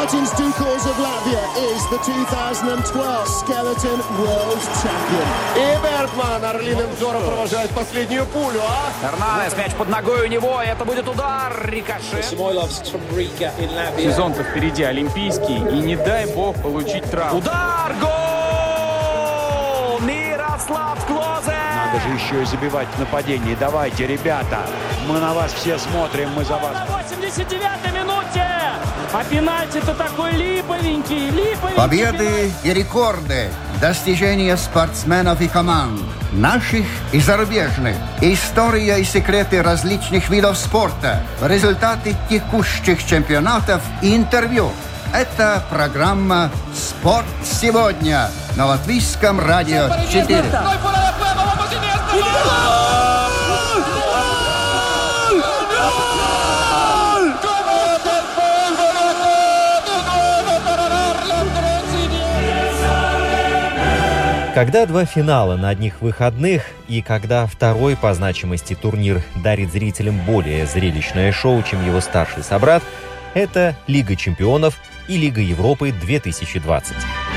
Martins Dukals of Latvia is the 2012 Skeleton World Champion. И Бергман орлиным взором провожает последнюю пулю, Эрнандес, мяч под ногой у него, это будет удар, рикошет. Сезон-то впереди олимпийский, и не дай бог получить травму. Удар, гол! Мирослав Клозе! Надо же еще и забивать в нападении. Давайте, ребята, мы на вас все смотрим, мы за вас. На 89-й минуте! А пенальти-то такой липовенький. Победы и рекорды, достижения спортсменов и команд, наших и зарубежных, история и секреты различных видов спорта, результаты текущих чемпионатов и интервью. Это программа «Спорт сегодня» на Латвийском радио 4. Когда два финала на одних выходных и когда второй по значимости турнир дарит зрителям более зрелищное шоу, чем его старший собрат, это Лига чемпионов и Лига Европы 2020.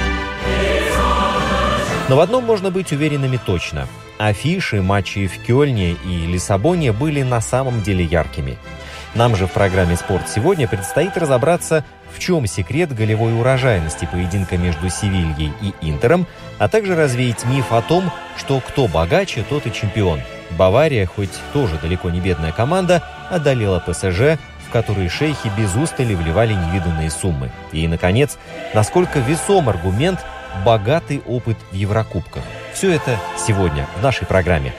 Но в одном можно быть уверенными точно. Афиши матчей в Кёльне и Лиссабоне были на самом деле яркими. Нам же в программе «Спорт сегодня» предстоит разобраться, в чем секрет голевой урожайности поединка между Севильей и Интером, а также развеять миф о том, что кто богаче, тот и чемпион. Бавария, хоть тоже далеко не бедная команда, одолела ПСЖ, в которые шейхи без устали вливали невиданные суммы. И, наконец, насколько весом аргумент «богатый опыт в Еврокубках». Все это сегодня в нашей программе.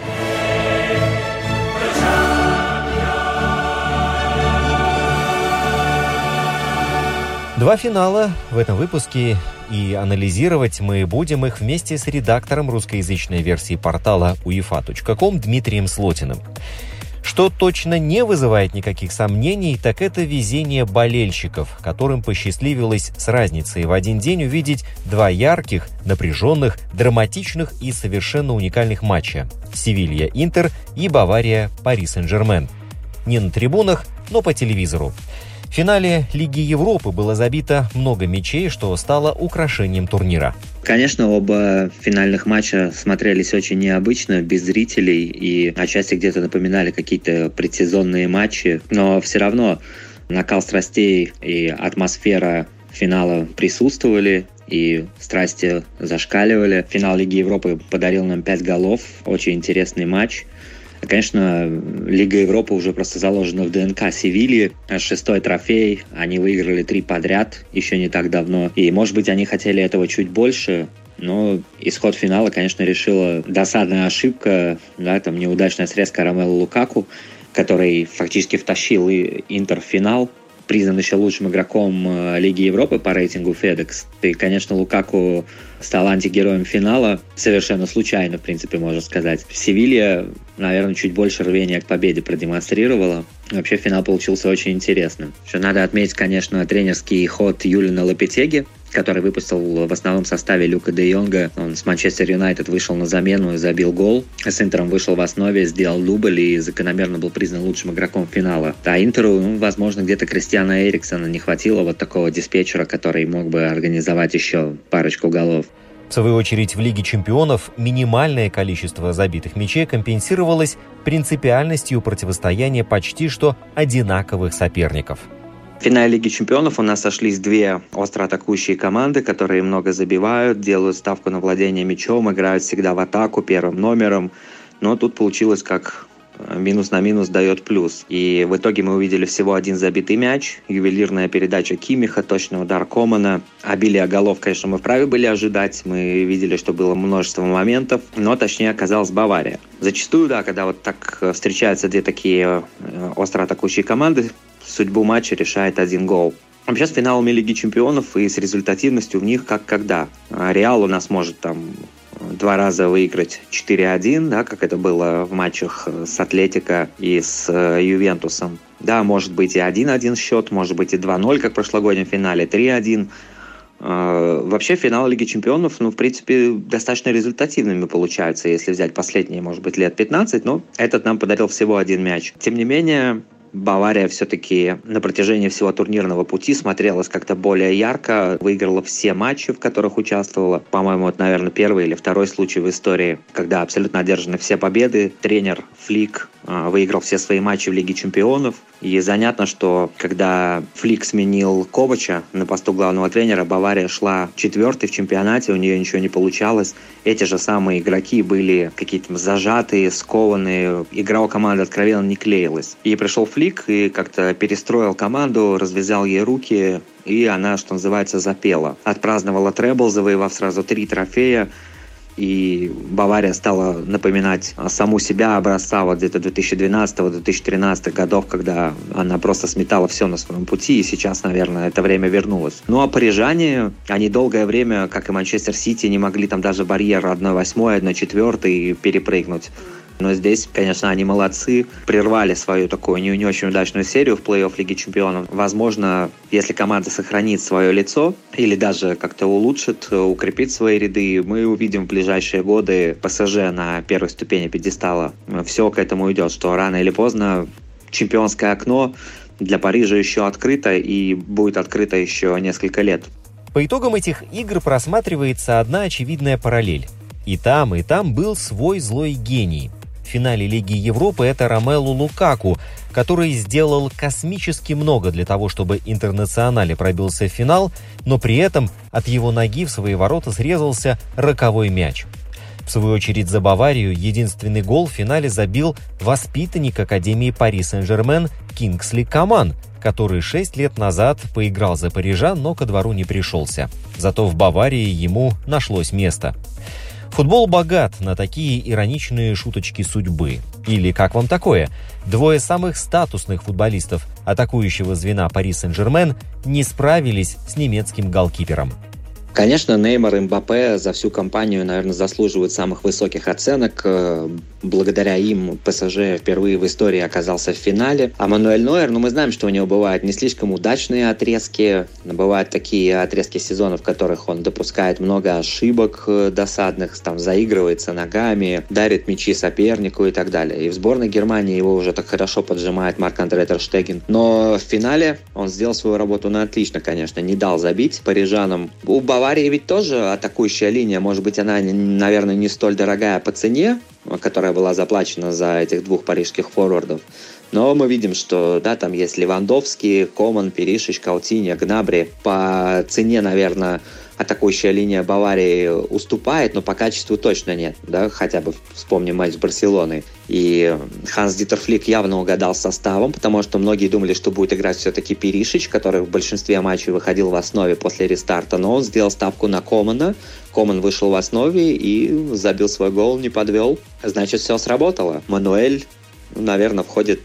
Два финала в этом выпуске, и анализировать мы будем их вместе с редактором русскоязычной версии портала uefa.com Дмитрием Слотиным. Что точно не вызывает никаких сомнений, так это везение болельщиков, которым посчастливилось с разницей в один день увидеть два ярких, напряженных, драматичных и совершенно уникальных матча – Севилья-Интер и Бавария-Пари Сен-Жермен. Не на трибунах, но по телевизору. В финале Лиги Европы было забито много мячей, что стало украшением турнира. Конечно, оба финальных матча смотрелись очень необычно, без зрителей, и отчасти где-то напоминали какие-то предсезонные матчи, но все равно накал страстей и атмосфера финала присутствовали, и страсти зашкаливали. Финал Лиги Европы подарил нам 5 голов, очень интересный матч. Конечно, Лига Европы уже просто заложена в ДНК Севильи. 6-й трофей, они выиграли 3 подряд еще не так давно. И, может быть, они хотели этого чуть больше, но исход финала, конечно, решила досадная ошибка, да, там неудачная срезка Ромело Лукаку, который фактически втащил Интер в финал. Признан еще лучшим игроком Лиги Европы по рейтингу FedEx. И, конечно, Лукаку стал антигероем финала. Совершенно случайно, в принципе, можно сказать. Севилья, наверное, чуть больше рвения к победе продемонстрировала. Вообще, финал получился очень интересным. Еще надо отметить, конечно, тренерский ход Юлиана Лопетеги, который выпустил в основном составе Люка де Йонга. Он с Манчестер Юнайтед вышел на замену и забил гол. С Интером вышел в основе, сделал дубль и закономерно был признан лучшим игроком финала. А Интеру, возможно, где-то Кристиана Эриксона не хватило вот такого диспетчера, который мог бы организовать еще парочку голов. В свою очередь, в Лиге чемпионов минимальное количество забитых мячей компенсировалось принципиальностью противостояния почти что одинаковых соперников. В финале Лиги чемпионов у нас сошлись две остро атакующие команды, которые много забивают, делают ставку на владение мячом, играют всегда в атаку первым номером. Но тут получилось как минус на минус дает плюс. И в итоге мы увидели всего один забитый мяч, ювелирная передача Киммиха, точный удар Комана. Обилие голов, конечно, мы вправе были ожидать. Мы видели, что было множество моментов, но точнее оказалась Бавария. Зачастую, да, когда вот так встречаются две такие остро атакующие команды, судьбу матча решает один гол. Вообще с финалами Лиги чемпионов и с результативностью в них как когда. Реал у нас может там 2 раза выиграть 4-1, да, как это было в матчах с Атлетико и с Ювентусом. Да, может быть и 1-1 счет, может быть и 2-0, как в прошлогоднем финале, 3-1. Вообще финал Лиги чемпионов, в принципе, достаточно результативными получаются, если взять последние, может быть, лет 15, но этот нам подарил всего один мяч. Тем не менее, Бавария все-таки на протяжении всего турнирного пути смотрелась как-то более ярко, выиграла все матчи, в которых участвовала. По-моему, это, наверное, первый или второй случай в истории, когда абсолютно одержаны все победы. Тренер Флик выиграл все свои матчи в Лиге чемпионов. И занятно, что когда Флик сменил Ковача на посту главного тренера, Бавария шла 4-й в чемпионате, у нее ничего не получалось. Эти же самые игроки были какие-то зажатые, скованные. Игра у команды откровенно не клеилась. И пришел Флик и как-то перестроил команду, развязал ей руки, и она, что называется, запела. Отпраздновала требл, завоевав сразу 3 трофея. И Бавария стала напоминать саму себя образца вот где-то 2012-2013 годов, когда она просто сметала все на своем пути, и сейчас, наверное, это время вернулось. Ну а парижане, они долгое время, как и Манчестер Сити, не могли там даже барьер 1/8, 1/4 перепрыгнуть. Но здесь, конечно, они молодцы, прервали свою такую не очень удачную серию в плей-офф Лиги Чемпионов. Возможно, если команда сохранит свое лицо или даже как-то улучшит, укрепит свои ряды, мы увидим в ближайшие годы ПСЖ на первой ступени пьедестала. Все к этому идет, что рано или поздно чемпионское окно для Парижа еще открыто и будет открыто еще несколько лет. По итогам этих игр просматривается одна очевидная параллель. И там был свой злой гений. В финале Лиги Европы это Ромелу Лукаку, который сделал космически много для того, чтобы Интернационале пробился в финал, но при этом от его ноги в свои ворота срезался роковой мяч. В свою очередь за Баварию единственный гол в финале забил воспитанник Академии Пари Сен-Жермен Кингсли Коман, который 6 лет назад поиграл за парижан, но ко двору не пришелся. Зато в Баварии ему нашлось место. Футбол богат на такие ироничные шуточки судьбы. Или как вам такое? 2 самых статусных футболистов атакующего звена Пари Сен-Жермен не справились с немецким голкипером. Конечно, Неймар и Мбаппе за всю кампанию, наверное, заслуживают самых высоких оценок. Благодаря им ПСЖ впервые в истории оказался в финале. А Мануэль Нойер, мы знаем, что у него бывают не слишком удачные отрезки. Бывают такие отрезки сезона, в которых он допускает много ошибок досадных, там заигрывается ногами, дарит мячи сопернику и так далее. И в сборной Германии его уже так хорошо поджимает Марк-Андре тер Штеген. Но в финале он сделал свою работу отлично, конечно, не дал забить парижанам. У Баварии ведь тоже атакующая линия, может быть, она, наверное, не столь дорогая по цене, которая была заплачена за этих 2 парижских форвардов. Но мы видим, что там есть Левандовский, Коман, Перишич, Каутиньо, Гнабри. По цене, наверное, атакующая линия Баварии уступает, но по качеству точно нет. Хотя бы вспомним матч с Барселоной. И Ханс-Дитер Флик явно угадал с составом, потому что многие думали, что будет играть все-таки Перишич, который в большинстве матчей выходил в основе после рестарта, но он сделал ставку на Комана. Коман вышел в основе и забил свой гол, не подвел. Значит, все сработало. Мануэль, наверное, входит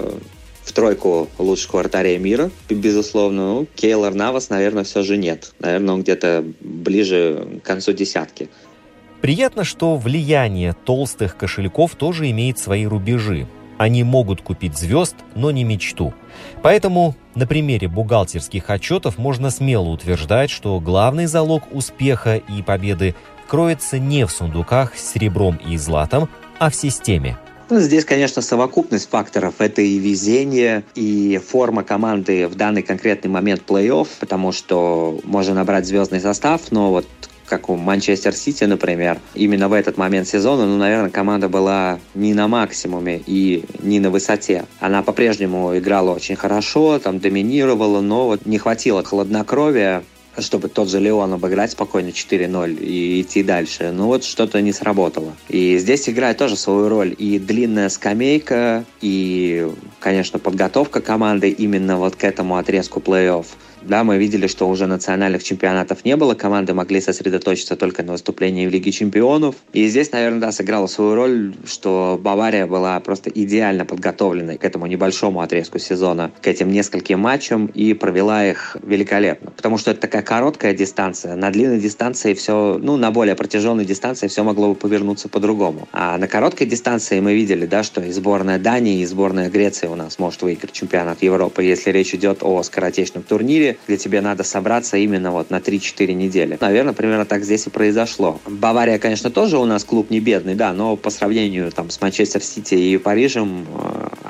в 3 лучших вратарей мира, безусловно. Кейлор Навас, наверное, все же нет. Наверное, он где-то ближе к концу десятки. Приятно, что влияние толстых кошельков тоже имеет свои рубежи. Они могут купить звезд, но не мечту. Поэтому на примере бухгалтерских отчетов можно смело утверждать, что главный залог успеха и победы кроется не в сундуках с серебром и златом, а в системе. Здесь, конечно, совокупность факторов. Это и везение, и форма команды в данный конкретный момент плей-офф, потому что можно набрать звездный состав, но как у Манчестер Сити, например, именно в этот момент сезона, наверное, команда была не на максимуме и не на высоте. Она по-прежнему играла очень хорошо, доминировала, но не хватило хладнокровия, чтобы тот же Лион обыграть спокойно 4-0 и идти дальше. Что-то не сработало. И здесь играет тоже свою роль и длинная скамейка, и, конечно, подготовка команды именно к этому отрезку плей-офф. Мы видели, что уже национальных чемпионатов не было, команды могли сосредоточиться только на выступлении в Лиге чемпионов. И здесь, наверное, сыграла свою роль, что Бавария была просто идеально подготовлена к этому небольшому отрезку сезона, к этим нескольким матчам, и провела их великолепно. Потому что это такая короткая дистанция. На длинной дистанции все, на более протяженной дистанции все могло бы повернуться по-другому. А на короткой дистанции мы видели, что и сборная Дании, и сборная Греции у нас может выиграть чемпионат Европы, если речь идет о скоротечном турнире, где тебе надо собраться именно на 3-4 недели. Наверное, примерно так здесь и произошло. Бавария, конечно, тоже у нас клуб не бедный, но по сравнению с Манчестер Сити и Парижем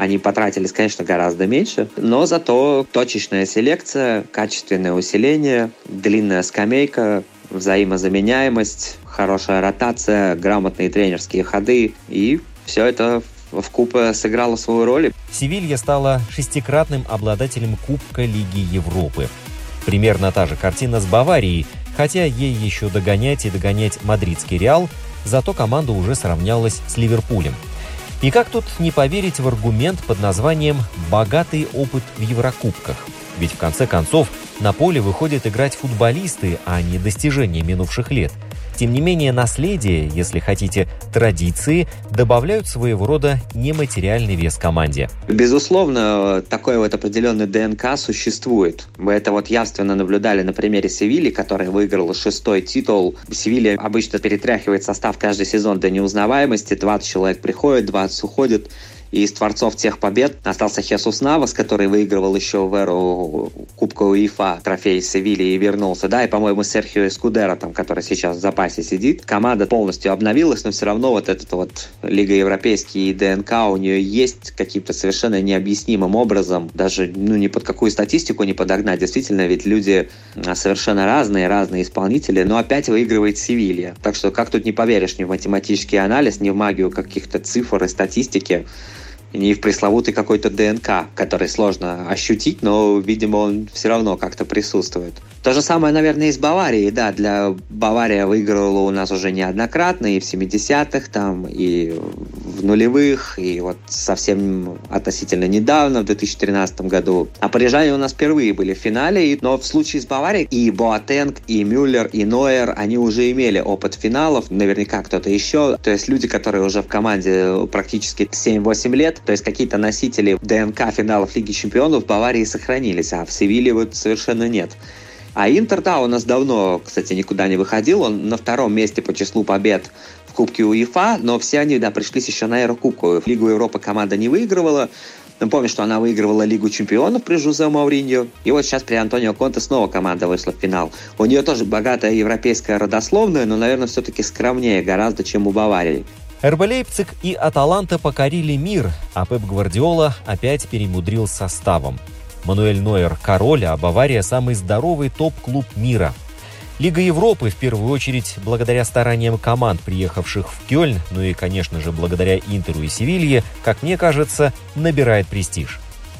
они потратились, конечно, гораздо меньше, но зато точечная селекция, качественное усиление, длинная скамейка, взаимозаменяемость, хорошая ротация, грамотные тренерские ходы, и все это вкупе сыграло свою роль. Севилья стала 6-кратным обладателем Кубка Лиги Европы. Примерно та же картина с Баварией, хотя ей еще догонять мадридский Реал, зато команда уже сравнялась с Ливерпулем. И как тут не поверить в аргумент под названием «богатый опыт в Еврокубках»? Ведь в конце концов на поле выходят играть футболисты, а не достижения минувших лет. Тем не менее, наследие, если хотите, традиции, добавляют своего рода нематериальный вес команде. Безусловно, такой вот определенный ДНК существует. Мы это вот явственно наблюдали на примере Севильи, которая выиграла 6-й титул. Севилья обычно перетряхивает состав каждый сезон до неузнаваемости. 20 человек приходят, 20 уходят. И из творцов тех побед остался Хесус Навас, который выигрывал еще в эру Кубка УЕФА трофей Севильи и вернулся. Да, и, по-моему, Серхио Эскудеро, который сейчас в запасе сидит. Команда полностью обновилась, но все равно вот этот вот Лига Европейский и ДНК у нее есть каким-то совершенно необъяснимым образом. Даже ни под какую статистику не подогнать. Действительно, ведь люди совершенно разные исполнители, но опять выигрывает Севилья. Так что как тут не поверишь ни в математический анализ, ни в магию каких-то цифр и статистики, не в пресловутый какой-то ДНК, который сложно ощутить, но, видимо, он все равно как-то присутствует. То же самое, наверное, и с Баварией. Да, Бавария выигрывала у нас уже неоднократно и в 70-х, там, и в нулевых, и вот совсем относительно недавно, в 2013 году. А парижане у нас впервые были в финале, но в случае с Баварией и Боатенг, и Мюллер, и Нойер, они уже имели опыт финалов, наверняка кто-то еще. То есть люди, которые уже в команде практически 7-8 лет, то есть какие-то носители ДНК финалов Лиги Чемпионов в Баварии сохранились, а в Севилье вот совершенно нет. А Интер, да, у нас давно, кстати, никуда не выходил. Он на 2-м месте по числу побед в Кубке УЕФА, но все они, да, пришлись еще на Еврокубку. Лигу Европы команда не выигрывала. Напомню, что она выигрывала Лигу Чемпионов при Жозе Мауриньо. И вот сейчас при Антонио Конте снова команда вышла в финал. У нее тоже богатая европейская родословная, но, наверное, все-таки скромнее гораздо, чем у Баварии. РБ Лейпциг и Аталанта покорили мир, а Пеп Гвардиола опять перемудрил с составом. Мануэль Нойер – король, а Бавария – самый здоровый топ-клуб мира. Лига Европы, в первую очередь, благодаря стараниям команд, приехавших в Кёльн, ну и, конечно же, благодаря Интеру и Севилье, как мне кажется, набирает престиж.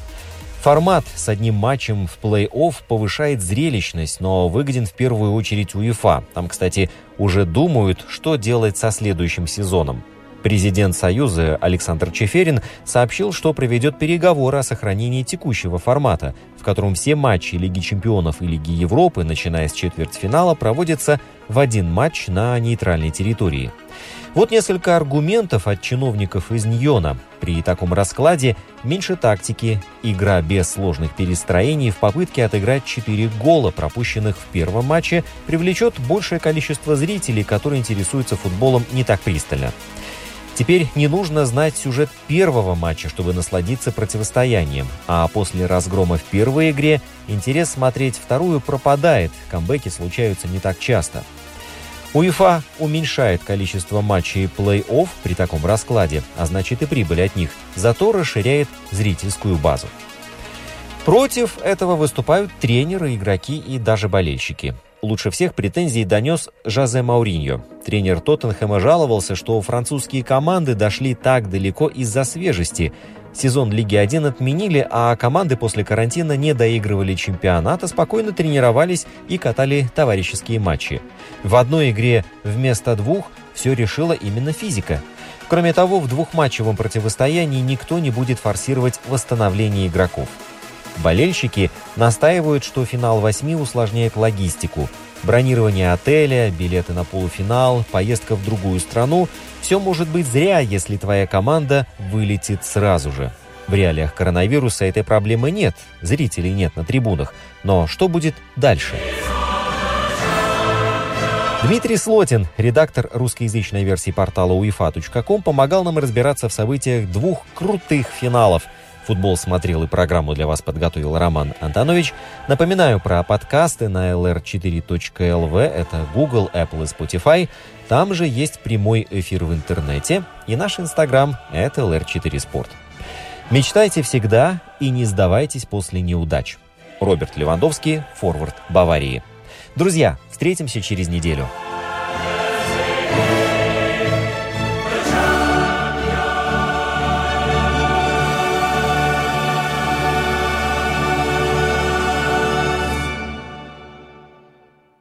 Формат с одним матчем в плей-офф повышает зрелищность, но выгоден в первую очередь УЕФА. Там, кстати, уже думают, что делать со следующим сезоном. Президент Союза Александр Чеферин сообщил, что проведет переговоры о сохранении текущего формата, в котором все матчи Лиги Чемпионов и Лиги Европы, начиная с четвертьфинала, проводятся в один матч на нейтральной территории. Вот несколько аргументов от чиновников из Ньона. При таком раскладе меньше тактики, игра без сложных перестроений в попытке отыграть 4 гола, пропущенных в первом матче, привлечет большее количество зрителей, которые интересуются футболом не так пристально. Теперь не нужно знать сюжет первого матча, чтобы насладиться противостоянием, а после разгрома в первой игре интерес смотреть вторую пропадает, камбэки случаются не так часто. УЕФА уменьшает количество матчей плей-офф при таком раскладе, а значит и прибыль от них, зато расширяет зрительскую базу. Против этого выступают тренеры, игроки и даже болельщики. Лучше всех претензий донес Жозе Мауриньо. Тренер Тоттенхэма жаловался, что французские команды дошли так далеко из-за свежести. Сезон Лиги 1 отменили, а команды после карантина не доигрывали чемпионата, спокойно тренировались и катали товарищеские матчи. В одной игре вместо 2 все решила именно физика. Кроме того, в двухматчевом противостоянии никто не будет форсировать восстановление игроков. Болельщики настаивают, что финал 8 усложняет логистику. Бронирование отеля, билеты на полуфинал, поездка в другую страну – все может быть зря, если твоя команда вылетит сразу же. В реалиях коронавируса этой проблемы нет, зрителей нет на трибунах. Но что будет дальше? Дмитрий Слотин, редактор русскоязычной версии портала uefa.com, помогал нам разбираться в событиях 2 крутых финалов. Футбол смотрел и программу для вас подготовил Роман Антонович. Напоминаю про подкасты на lr4.lv. Это Google, Apple и Spotify. Там же есть прямой эфир в интернете. И наш Инстаграм – это lr4sport. Мечтайте всегда и не сдавайтесь после неудач. Роберт Левандовский, форвард Баварии. Друзья, встретимся через неделю.